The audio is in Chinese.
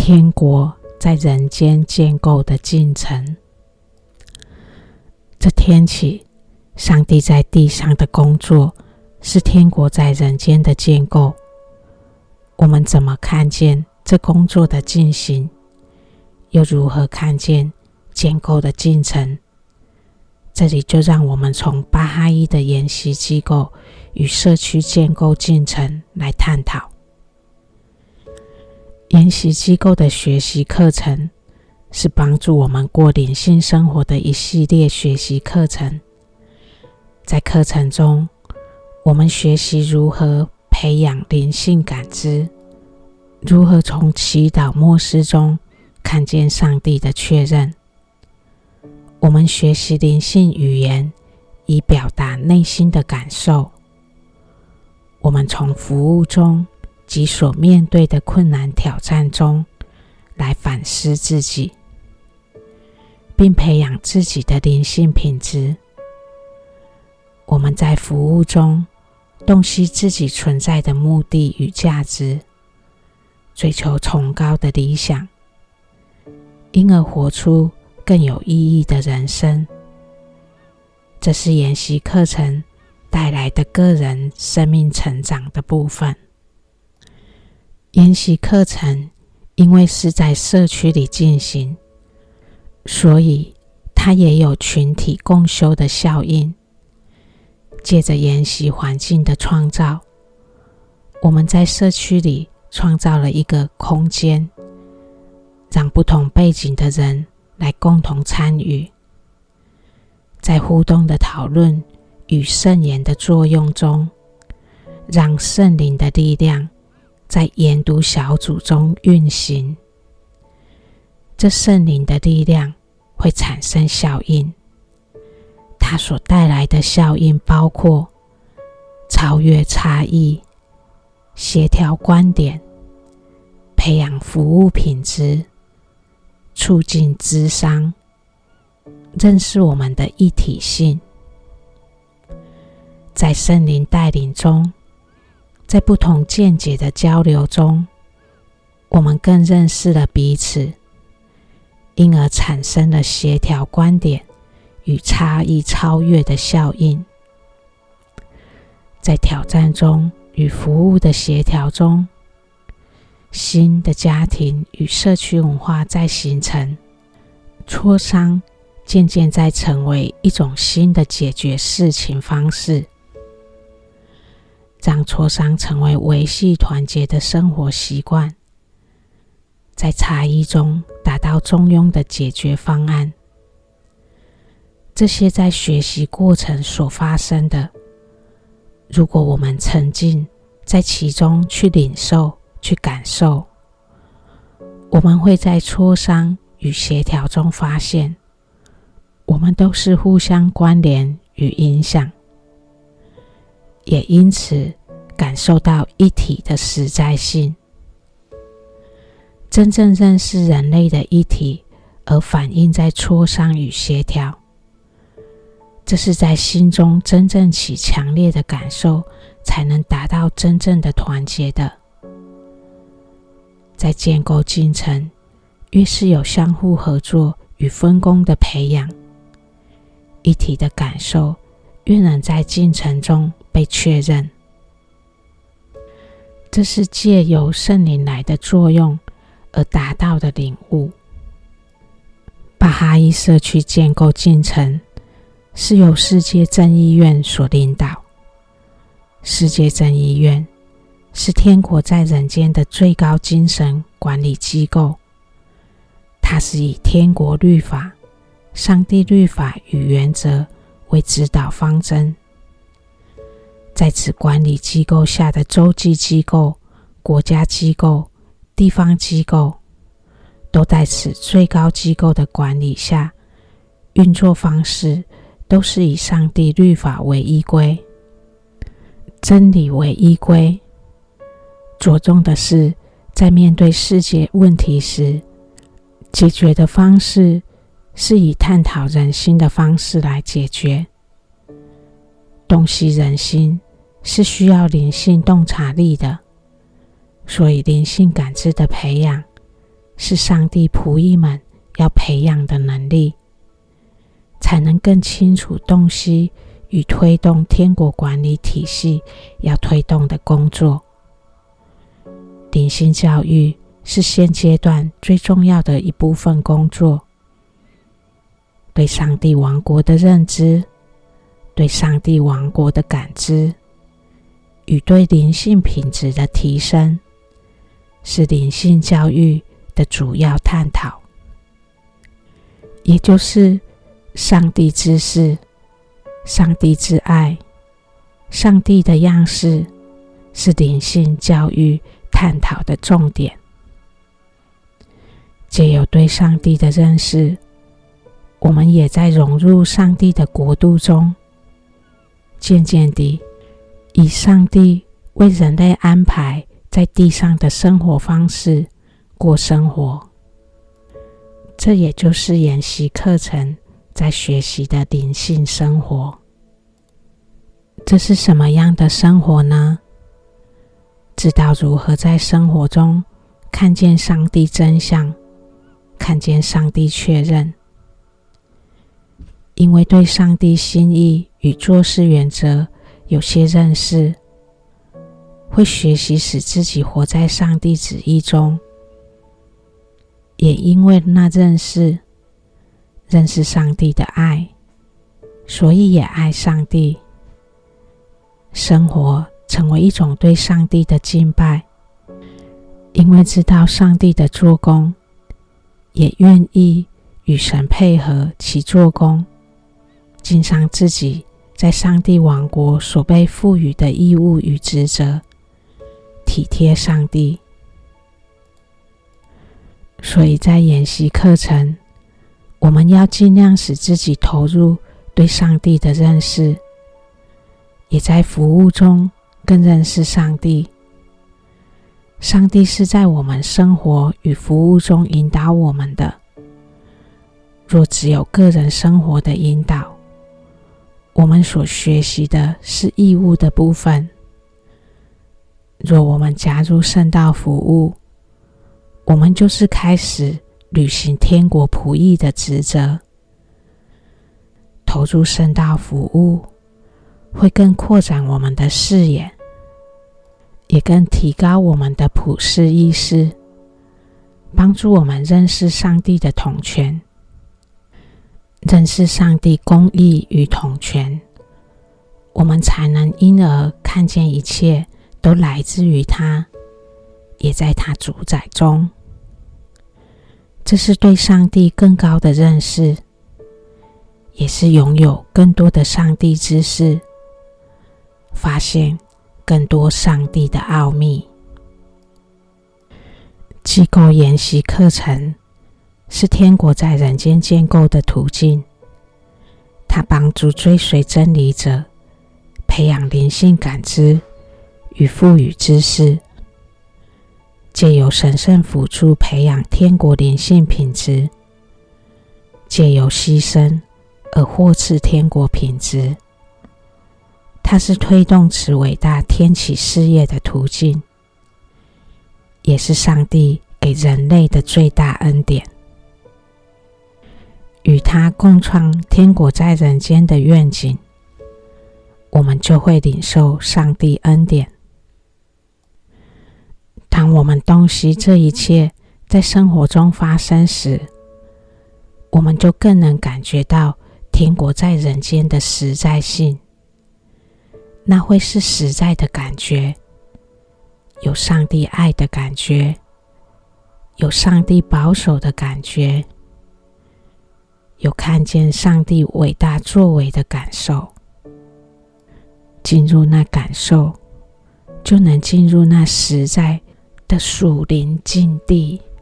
天国在人间建构的进程。这天起，上帝在地上的工作是天国在人间的建构。我们怎么看见这工作的进行，又如何看见建构的进程？这里就让我们从巴哈伊的研习机构与社区建构进程来探讨。研习机构的学习课程是帮助我们过灵性生活的一系列学习课程。在课程中，我们学习如何培养灵性感知，如何从祈祷默思中看见上帝的确认。我们学习灵性语言，以表达内心的感受。我们从服务中及所面对的困难挑战中来反思自己，并培养自己的灵性品质。我们在服务中洞悉自己存在的目的与价值，追求崇高的理想，因而活出更有意义的人生。这是研习课程带来的个人生命成长的部分。研习课程因为是在社区里进行，所以它也有群体共修的效应。借着研习环境的创造，我们在社区里创造了一个空间，让不同背景的人来共同参与。在互动的讨论与圣言的作用中，让圣灵的力量在研读小组中运行。这圣灵的力量会产生效应，它所带来的效应包括超越差异、协调观点、培养服务品质、促进谘商、认识我们的一体性。在圣灵带领中，在不同见解的交流中，我们更认识了彼此，因而产生了协调观点与差异超越的效应。在挑战中与服务的协调中，新的家庭与社区文化在形成，磋商渐渐在成为一种新的解决事情方式，让磋商成为维系团结的生活习惯，在差异中达到中庸的解决方案。这些在学习过程所发生的，如果我们沉浸在其中去领受、去感受，我们会在磋商与协调中发现，我们都是互相关联与影响，也因此感受到一体的实在性。真正认识人类的一体，而反映在磋商与协调，这是在心中真正起强烈的感受，才能达到真正的团结的。在建构进程，越是有相互合作与分工的培养，一体的感受越能在进程中被确认。这是借由圣灵来的作用而达到的领悟。巴哈伊社区建构进程是由世界正义院所领导。世界正义院是天国在人间的最高精神管理机构，它是以天国律法、上帝律法与原则为指导方针。在此管理机构下的洲际机构、国家机构、地方机构，都在此最高机构的管理下，运作方式都是以上帝律法为依归，真理为依归，着重的是在面对世界问题时，解决的方式是以探讨人心的方式来解决。洞悉人心是需要灵性洞察力的，所以灵性感知的培养是上帝仆役们要培养的能力，才能更清楚洞悉与推动天国管理体系要推动的工作。灵性教育是现阶段最重要的一部分工作。对上帝王国的认知，对上帝王国的感知，与对灵性品质的提升，是灵性教育的主要探讨。也就是上帝之事、上帝之爱、上帝的样式，是灵性教育探讨的重点。藉由对上帝的认识，我们也在融入上帝的国度中，渐渐地以上帝为人类安排在地上的生活方式过生活。这也就是研习课程在学习的灵性生活。这是什么样的生活呢？知道如何在生活中看见上帝真相，看见上帝确认。因为对上帝心意与做事原则有些认识，会学习使自己活在上帝旨意中。也因为那认识上帝的爱，所以也爱上帝。生活成为一种对上帝的敬拜，因为知道上帝的做工，也愿意与神配合其做工，尽上自己在上帝王国所被赋予的义务与职责，体贴上帝。所以在研习课程，我们要尽量使自己投入对上帝的认识，也在服务中更认识上帝。上帝是在我们生活与服务中引导我们的。若只有个人生活的引导，我们所学习的是义务的部分。若我们加入圣道服务，我们就是开始履行天国仆役的职责。投入圣道服务，会更扩展我们的视野，也更提高我们的普世意识，帮助我们认识上帝的统权，认识上帝公义与统权，我们才能因而看见一切都来自于他，也在他主宰中。这是对上帝更高的认识，也是拥有更多的上帝知识，发现更多上帝的奥秘。机构研习课程是天国在人间建构的途径，它帮助追随真理者培养灵性感知与赋予知识，借由神圣辅助培养天国灵性品质，借由牺牲而获赐天国品质。它是推动此伟大天启事业的途径，也是上帝给人类的最大恩典。与他共创天国在人间的愿景，我们就会领受上帝恩典。当我们洞悉这一切在生活中发生时，我们就更能感觉到天国在人间的实在性。那会是实在的感觉，有上帝爱的感觉，有上帝保守的感觉，有看见上帝伟大作为的感受。进入那感受，就能进入那实在的属灵境地。